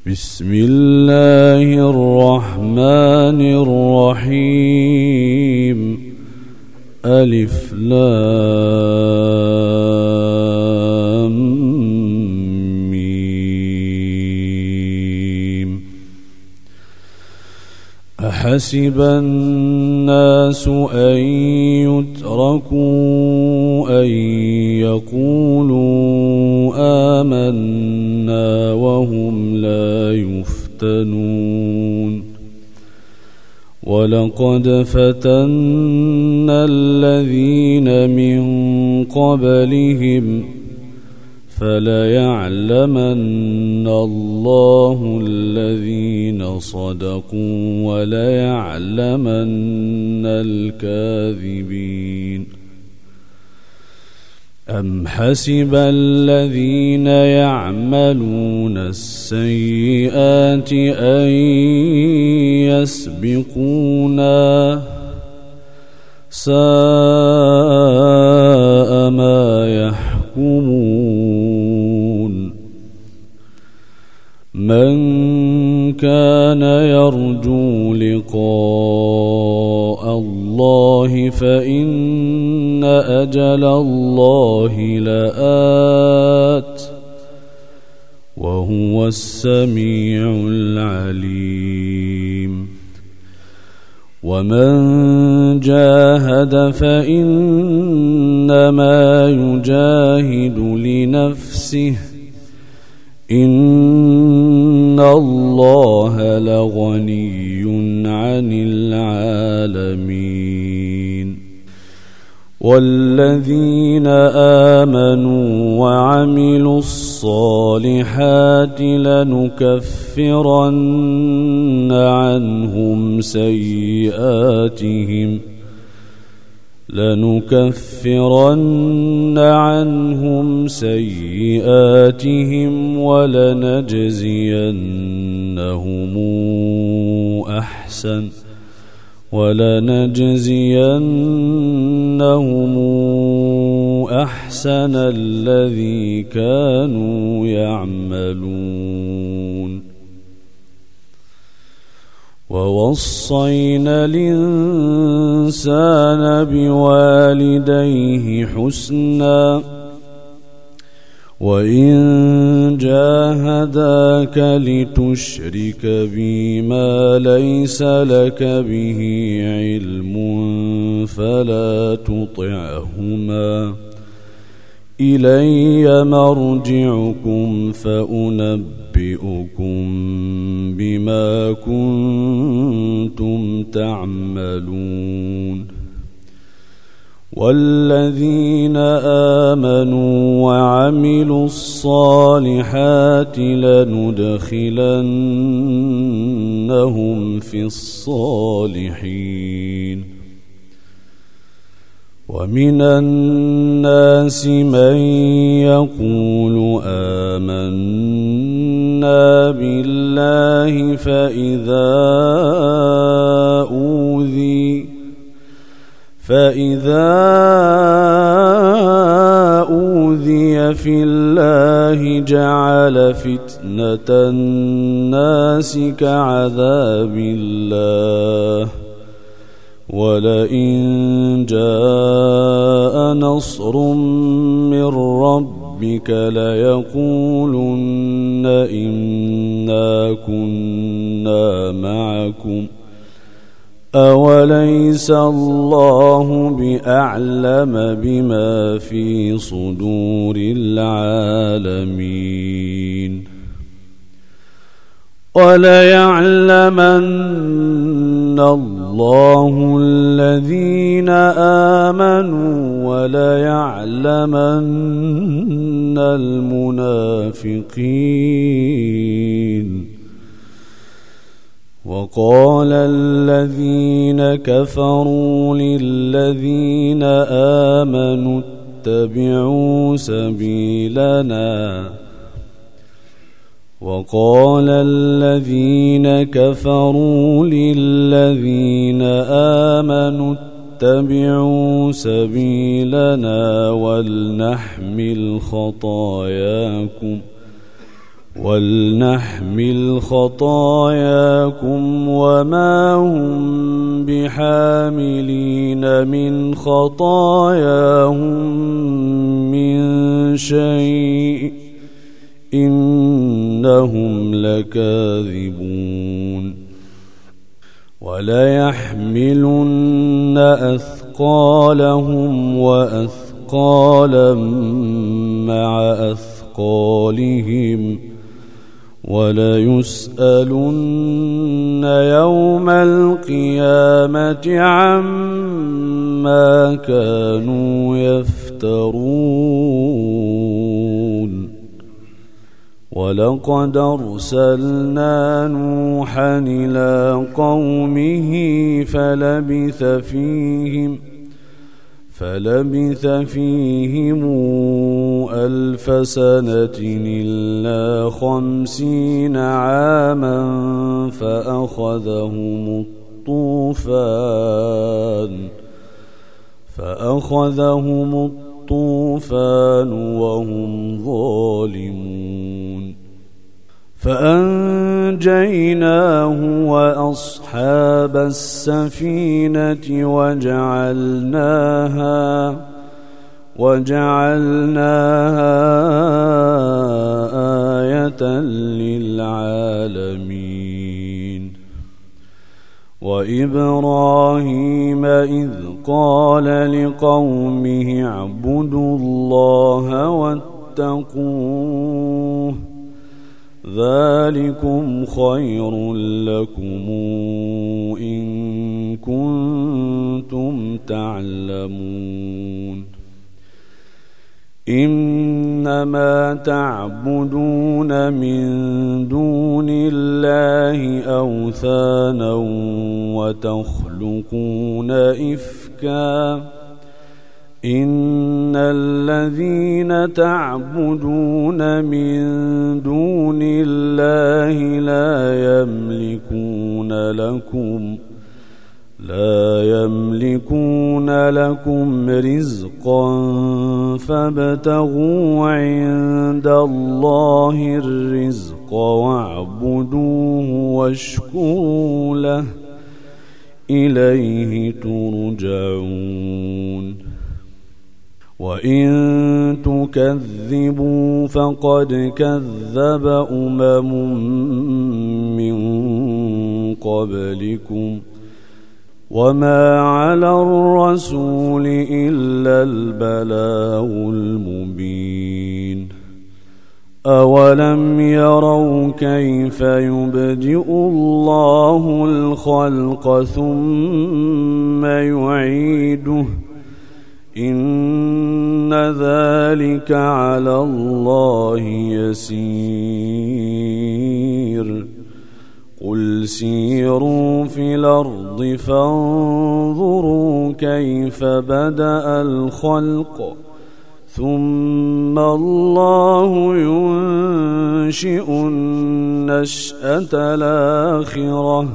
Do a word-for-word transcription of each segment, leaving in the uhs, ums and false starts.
بسم الله الرحمن الرحيم. ألف لام ميم. أحسب الناس أن يتركوا أن يقولوا آمنا وهم لا يفتنون. ولقد فتنا الذين من قبلهم فليعلمن الله الذين صدقوا وليعلمن الكاذبين. أم حسب الذين يعملون السيئات أن يسبقونا ساء ما يحكمون. من كان يرجو لقاء الله فإن أجل الله لآت وهو السميع العليم. ومن جاهد فإنما يجاهد لنفسه إن الله لغني عن العالمين. والذين آمنوا وعملوا الصالحات لنكفرن عنهم سيئاتهم لنكفرن عنهم سيئاتهم ولنجزينهم أحسن ولنجزينهم أحسن الذي كانوا يعملون. ووصينا الإنسان بوالديه حسنا وإن جاهداك لتشرك بي ما ليس لك به علم فلا تطعهما إلي مرجعكم فأنبئكم بما كنتم تعملون. والذين آمنوا وعملوا الصالحات لندخلنهم في الصالحين. ومن الناس من يقول آمنا بالله فإذا أوذي فإذا أوذي في الله جعل فتنة الناس كعذاب الله ولئن جاء نصر من ربك ليقولن إنا كنا معكم أوليس الله بأعلم بما في صدور العالمين. وليعلمن الله الذين آمنوا وليعلمن المنافقين. وقال الذين كفروا للذين آمنوا اتبعوا سبيلنا وقال الذين كفروا للذين آمنوا اتبعوا سبيلنا ولنحمل خطاياكم ولنحمل خطاياكم وما هم بحاملين من خطاياهم من شيء إنهم لكاذبون وليحملن أثقالهم وأثقالا مع أثقالهم وليسألن يوم القيامة عما كانوا يفترون ولقد أرسلنا نوحا إلى قومه فلبث فيهم فلبث فيهم ألف سنة إلا خمسين عاما فأخذهم الطوفان فأخذهم الطوفان وهم ظالمون فأنجيناه وأصحاب السفينة وجعلناها وجعلناها آية للعالمين وإبراهيم إذ قال لقومه اعبدوا الله واتقوه ذلكم خير لكم إن كنتم تعلمون إنما تعبدون من دون الله أوثانا وتخلقون إفكا إن الذين تعبدون من دون الله لا يملكون لكم لا يملكون لكم رزقا فابتغوا عند الله الرزق واعبدوه واشكروا له إليه ترجعون وإن تكذبوا فقد كذب أمم من قبلكم وما على الرسول إلا البلاغ المبين أولم يروا كيف يبدئ الله الخلق ثم يعيده إن ذلك على الله يسير قل سيروا في الأرض فانظروا كيف بدأ الخلق ثم الله ينشئ النشأة الآخرة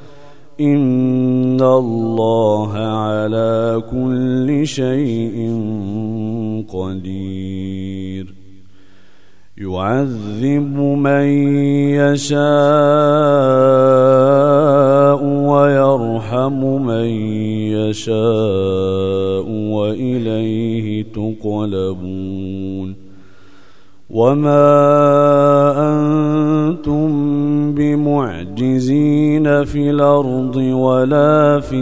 إن الله على كل شيء قدير يعذب من يشاء ويرحم من يشاء وإليه تقلبون وما أنتم بمعجزين في الأرض ولا في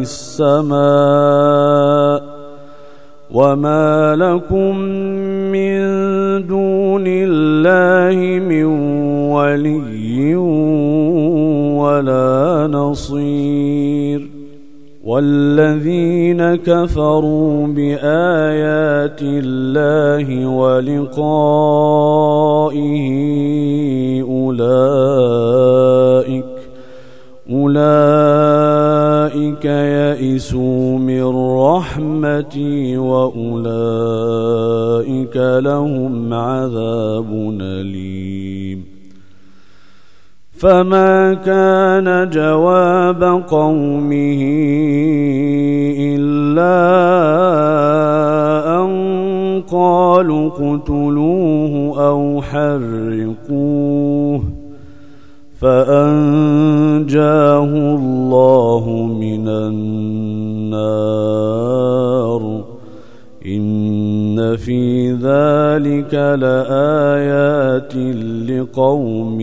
السماء وما لكم من دون الله من ولي ولا نصير والذين كفروا بآيات الله ولقائه أولئك أولئك يئسوا من رحمتي وأولئك لهم عذاب أليم فما كان جواب قومه إلا أن قالوا اقتلوه أو حرقوه فأنجاه الله من النار إن في ذلك لآيات لقوم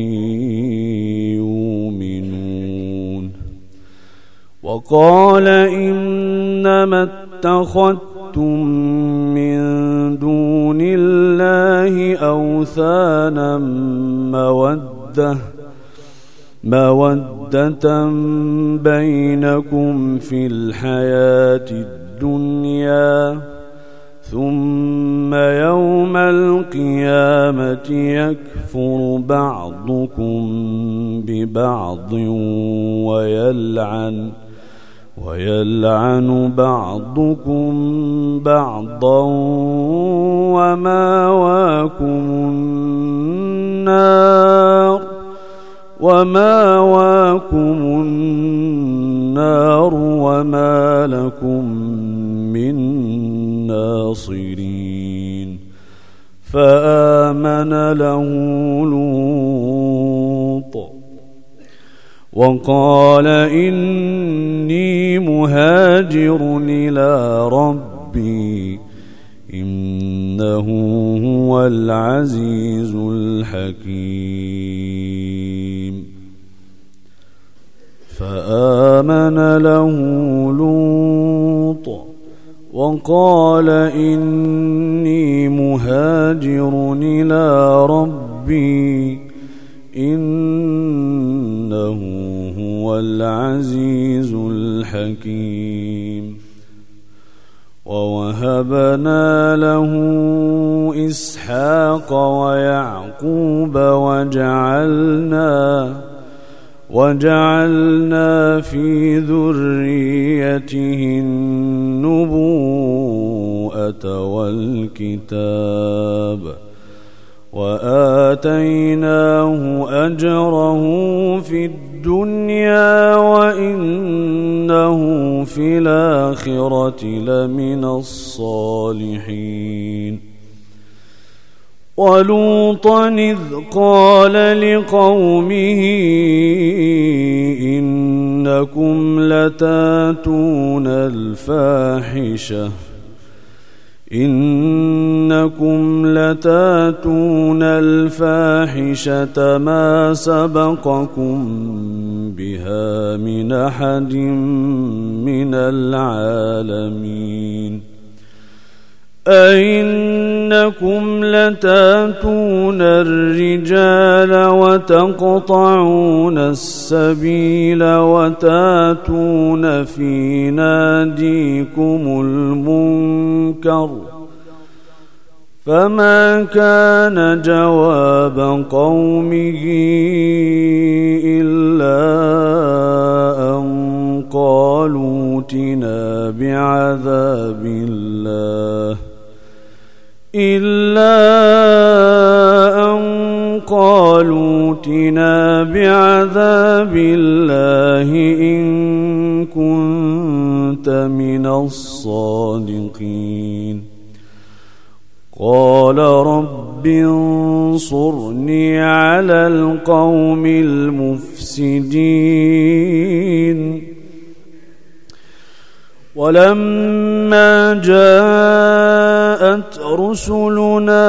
يؤمنون. وقال إنما اتخذتم من دون الله أوثانا مودة مودة بينكم في الحياة الدنيا ثم يوم القيامة يكفر بعضكم ببعض ويلعن ويلعن بعضكم بعضا ومأواكم النار ومأواكم النار وما لكم من ناصرين. فآمن له لوط وقال إني مهاجر إلى ربي إنه هو العزيز الحكيم. فآمن له لوط وقال إني مهاجر إلى ربي إنه هو العزيز الحكيم. ووهبنا له إسحاق ويعقوب وجعلنا وجعلنا في ذريته النبوءة والكتاب وآتيناه أجره في الدنيا وإنه في الآخرة لمن الصالحين. ولوطا إذ قال لقومه إنكم لتاتون الفاحشة إنكم لتاتون الفاحشة ما سبقكم بها من أحد من العالمين. أئنكم لتاتون الرجال وتقطعون السبيل وتاتون في ناديكم المنكر فما كان جواب قومه إلا أن قالوا ائتنا بعذاب الله إلا أن قالوا ائتنا بعذاب الله إن كنت من الصادقين. قال رب انصرني على القوم المفسدين. ولما جاءت رسلنا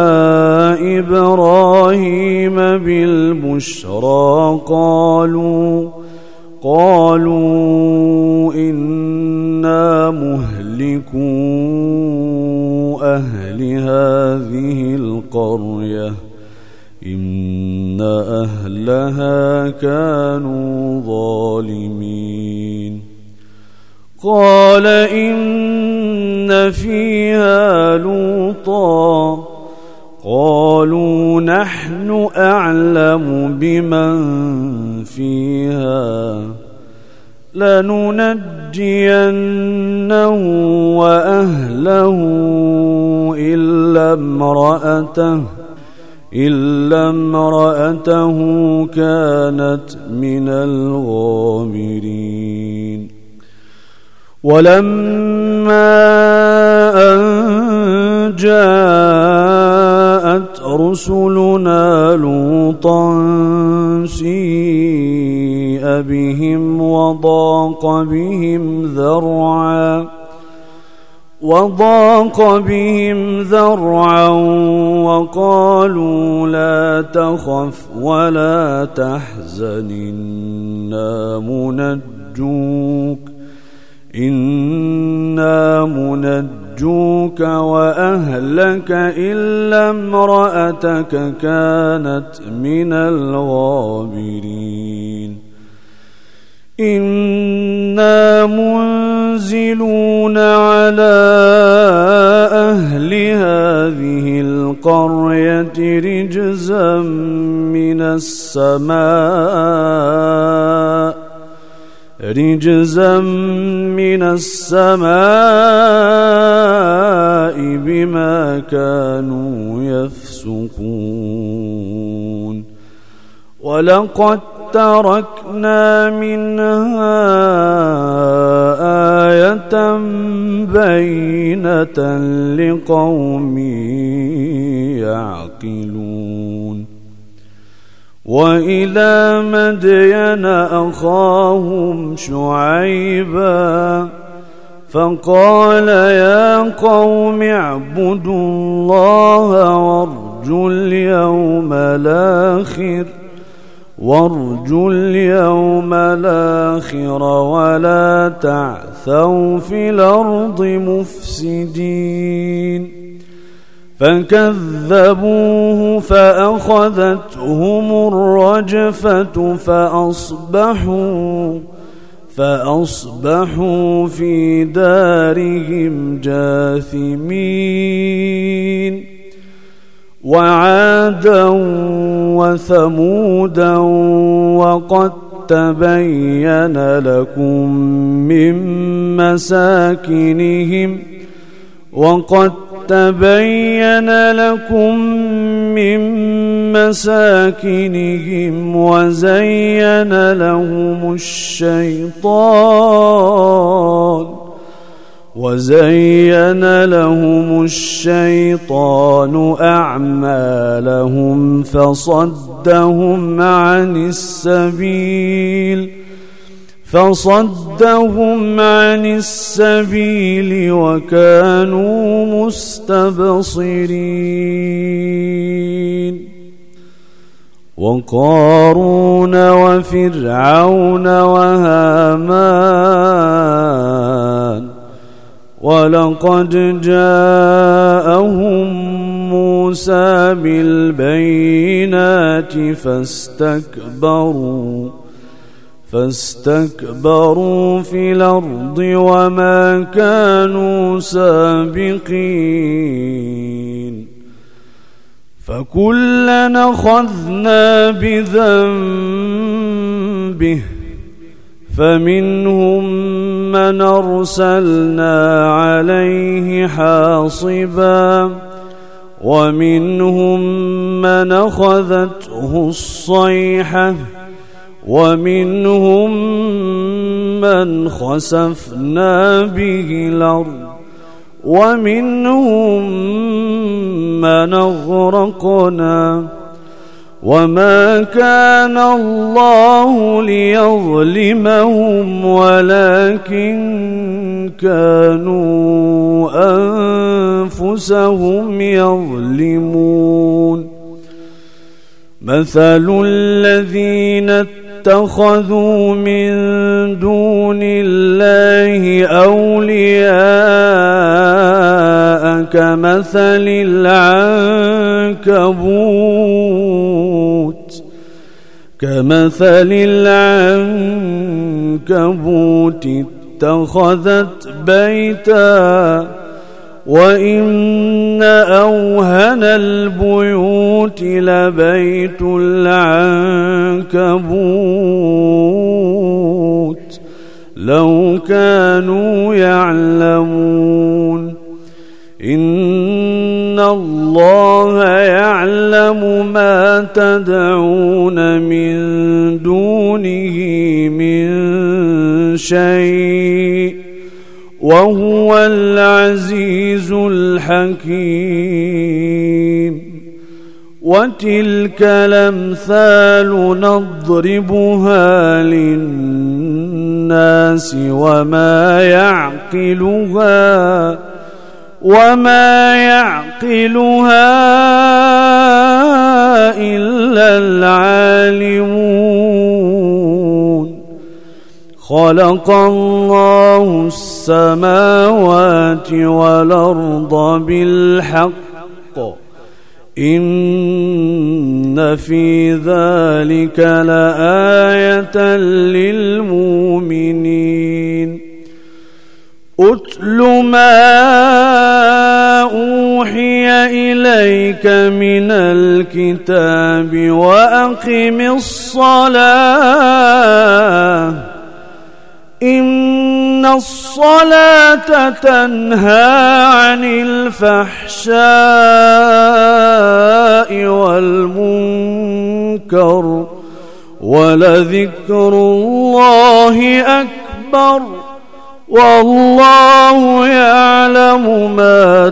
إبراهيم بالبشرى قالوا قالوا إنا مهلكو أهل هذه القرية إن أهلها كانوا ظالمين. قال إن فيها لوطا قالوا نحن أعلم بمن فيها لننجينه وأهله إلا امرأته إلا امرأته كانت من الغابرين. ولما أن جاءت رسلنا لوطا سيء بهم وضاق بهم ذرعا وضاق بهم ذرعا وقالوا لا تخف ولا تحزن إنا منجوك إنا منجوك وأهلك إلا امرأتك كانت من الغابرين إنا منزلون على أهل هذه القرية رجزا من السماء رجزا من السماء بما كانوا يفسقون ولقد تركنا منها آية بينة لقوم يعقلون وإلى مدين أخاهم شعيبا فقال يا قوم اعبدوا الله وارجوا اليوم الآخر وارجوا اليوم الآخر ولا تعثوا في الأرض مفسدين فكذبوه فأخذتهم الرجفة فأصبحوا فأصبحوا في دارهم جاثمين وعادا وثمودا وقد تبين لكم من مساكنهم وقد تبين لكم من مساكنهم وزين لهم الشيطان وزين لهم الشيطان أعمالهم فصدهم عن السبيل فصدهم عن السبيل وكانوا مستبصرين وقارون وفرعون وهامان ولقد جاءهم موسى بالبينات فاستكبروا فاستكبروا في الأرض وما كانوا سابقين فكلنا أخذنا بذنبه فمنهم من أرسلنا عليه حاصبا ومنهم من أخذته الصيحة ومنهم من خسفنا به الأرض ومنهم من أغرقنا وما كان الله ليظلمهم ولكن كانوا أنفسهم يظلمون مثل الذين اتخذوا من دون الله أولياء كمثل العنكبوت كمثل العنكبوت اتخذت بيتا وإن أوهن البيوت لبيت العنكبوت لو كانوا يعلمون إن الله يعلم ما تدعون من دونه من شيء وهو العزيز الحكيم. وتلك الأمثال نضربها للناس وما يعقلها وما يعقلها إلا العالمون. خلق الله السماوات والأرض بالحق إن في ذلك لآية للمؤمنين. أتل ما أوحي إليك من الكتاب وأقم الصلاة إن الصلاة تنهى عن الفحشاء والمنكر ولذكر الله أكبر والله يعلم ما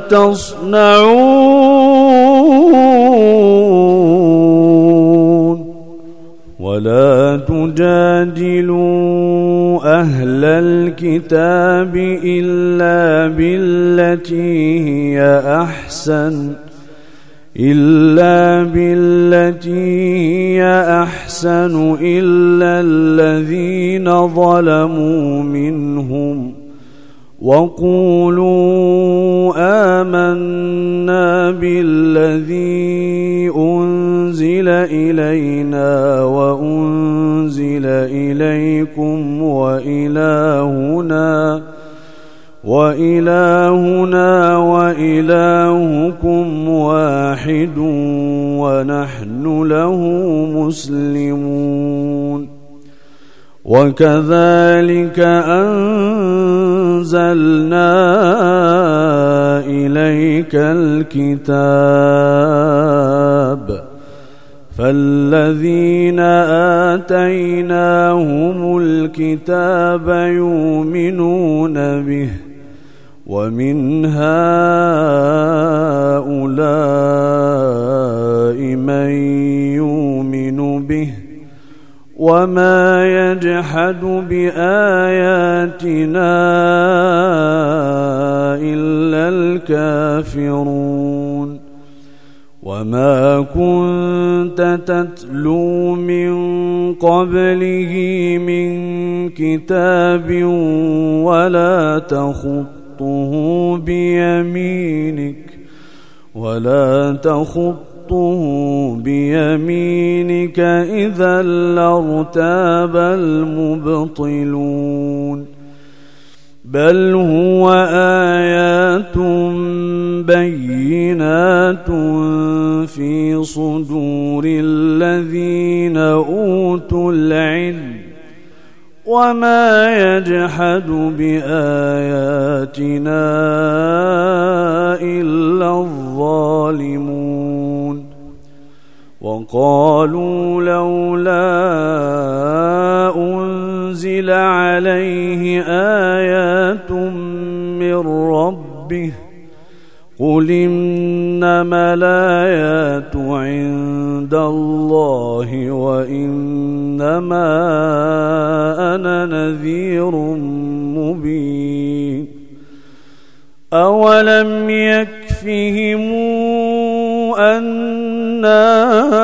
تصنعون. ولا تجادلوا أهل الكتاب إلا بالتي هي أحسن إلا بالتي هي أحسن إلا الذين ظلموا منهم وقولوا آمنا بالذي أنزل إلينا وأنزل إليكم وإلهنا وإلهنا وإلهكم واحد ونحن له مسلمون. وكذلك أنزلنا إليك الكتاب فالذين آتيناهم الكتاب يؤمنون به ومن هؤلاء من يؤمن به وما يجحد بآياتنا إلا الكافرون. وما كنت تتلو من قبله من كتاب ولا تخطه بيمينك ولا تخطه بيمينك إذا لارتاب المبطلون. بل هو آيات بينات في صدور الذين أوتوا العلم وما يجحد بآياتنا إلا الظالمون. وقالوا لولا أنزل عليه آيات من ربه قل إنما الآيات عند الله وإنما أنا نذير مبين. أولم يكفهم أنا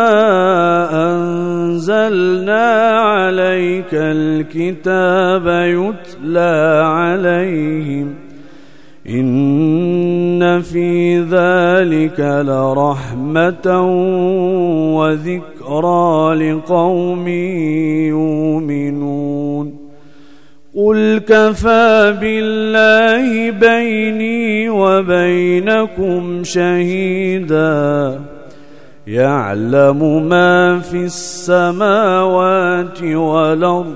أنزلنا عليك الكتاب يتلى عليهم إن في ذلك لرحمة وذكرى لقوم يؤمنون. قل كفى بالله بيني وبينكم شهيدا يعلم ما في السماوات والأرض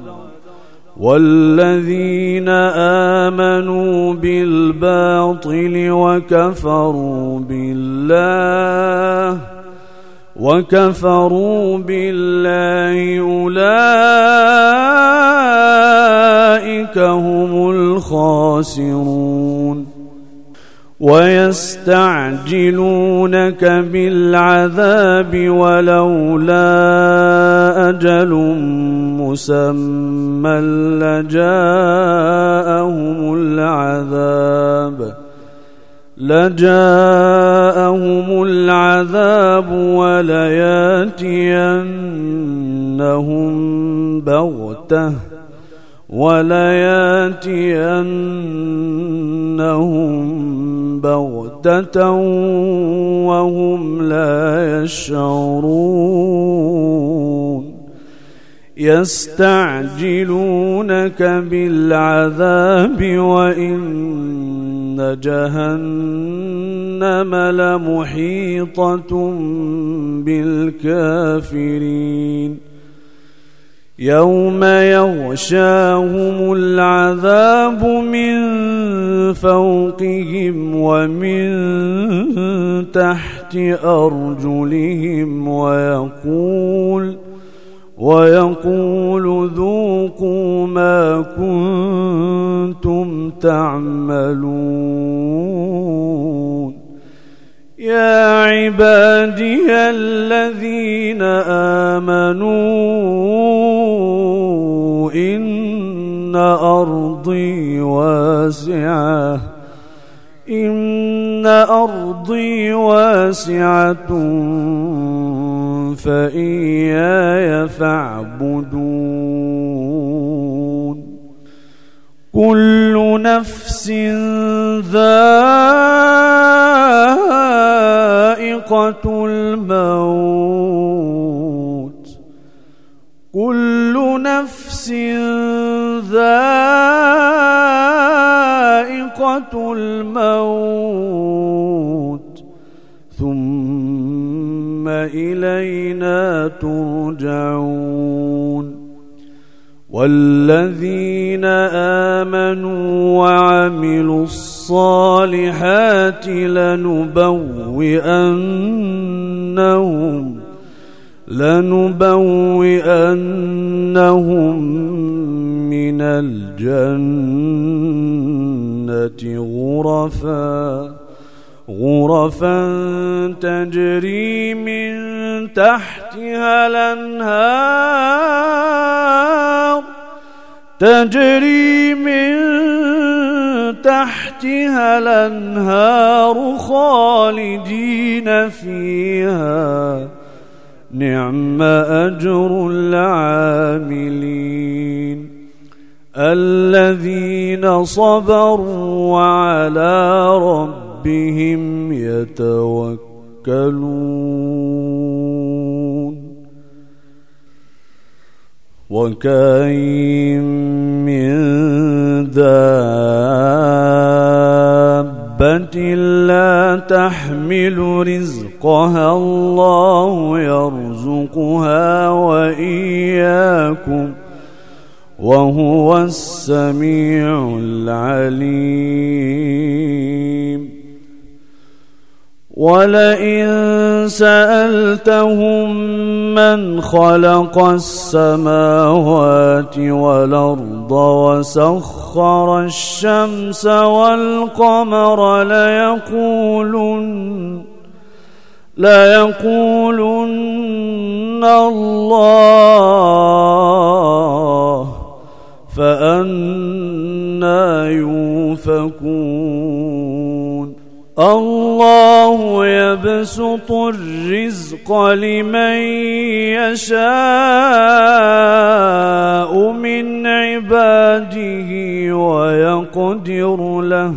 والذين آمنوا بالباطل وكفروا بالله وكفروا بالله أولئك هم الخاسرون. ويستعجلونك بالعذاب ولولا أجل مسمى لجاءهم العذاب لجاءهم العذاب ولياتينهم بغتة ولياتينهم بغتة وهم لا يشعرون يستعجلونك بالعذاب وإن جهنم لمحيطة بالكافرين يوم يغشاهم العذاب من فوقهم ومن تحت أرجلهم ويقول ويقول ذوقوا ما كنتم تعملون يا عبادي الذين آمنوا إن أرضي واسعة إن أرضي واسعة فإياي فاعبدون كل نفس ذائقة الموت كل نفس ذائقة الموت ثم إلينا ترجعون والذين آمنوا وعملوا الصالحات لنبوئنهم لنبوئنهم من الجنة غرفا غرفا تجري من تحتها الأنهار تجري من تحتها الأنهار خالدين فيها نعم أجر العاملين الذين صبروا وعلى ربهم يتوكلون وكاين من دابة لا تحمل رزقها الله يرزقها وإياكم وهو السميع العليم ولئن سألتهم من خلق السماوات والأرض وسخر الشمس والقمر ليقولن ليقولن الله فأنى يؤفكون الله يبسط الرزق لمن يشاء من عباده ويقدر له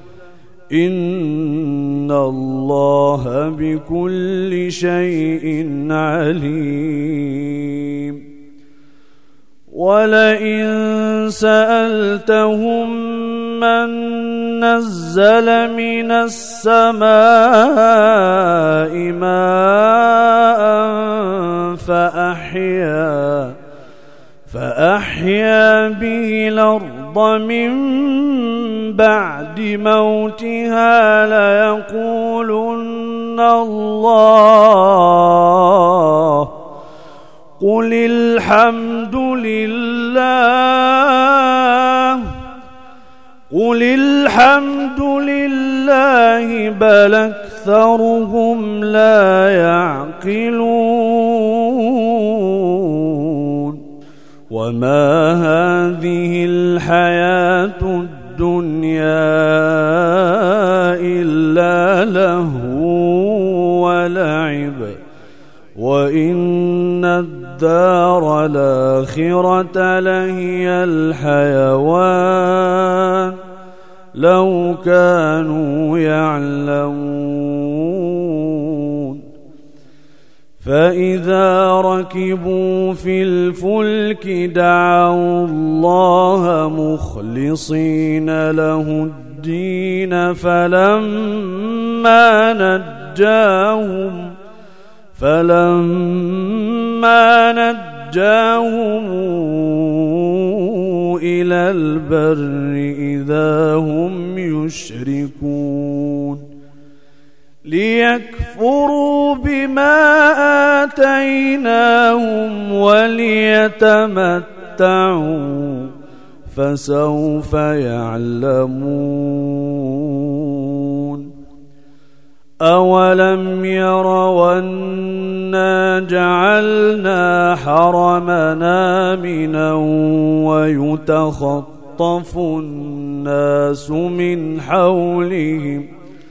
إن الله بكل شيء عليم ولئن سألتهم من نزل من السماء ماء فأحيا فأحيا به الأرض من بعد موتها ليقولن الله قل الحمد لله قل الحمد لله الله بل أكثرهم لا يعقلون وما هذه الحياة الدنيا إلا لهو ولعب وإن الدار الآخرة لهي الحيوان لو كانوا يعلمون فإذا ركبوا في الفلك دعوا الله مخلصين له الدين فلما نجاهم فلما نجاهم إلى البر إذا هم يشركون ليكفروا بما آتيناهم وليتمتعوا فسوف يعلمون أولم يروا أنا جعلنا حرمنا آمنا ويتخطف الناس من حولهم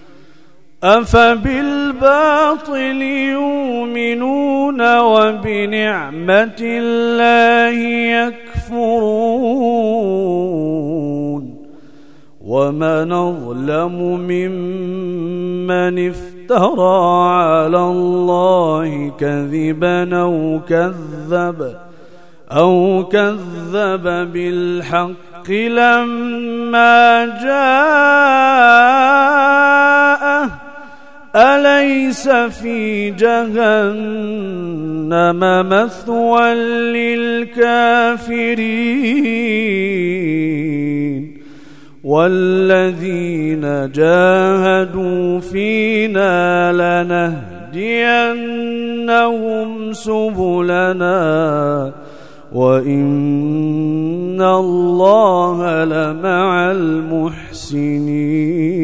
أفبالباطل يؤمنون وبنعمة الله يكفرون ومن أظلم ممن افترى على الله كذبا أو كذب أو كذب بالحق لما جاءه أليس في جهنم مثوى للكافرين والذين جاهدوا فينا لنهدينهم سبلنا وإن الله لمع المحسنين.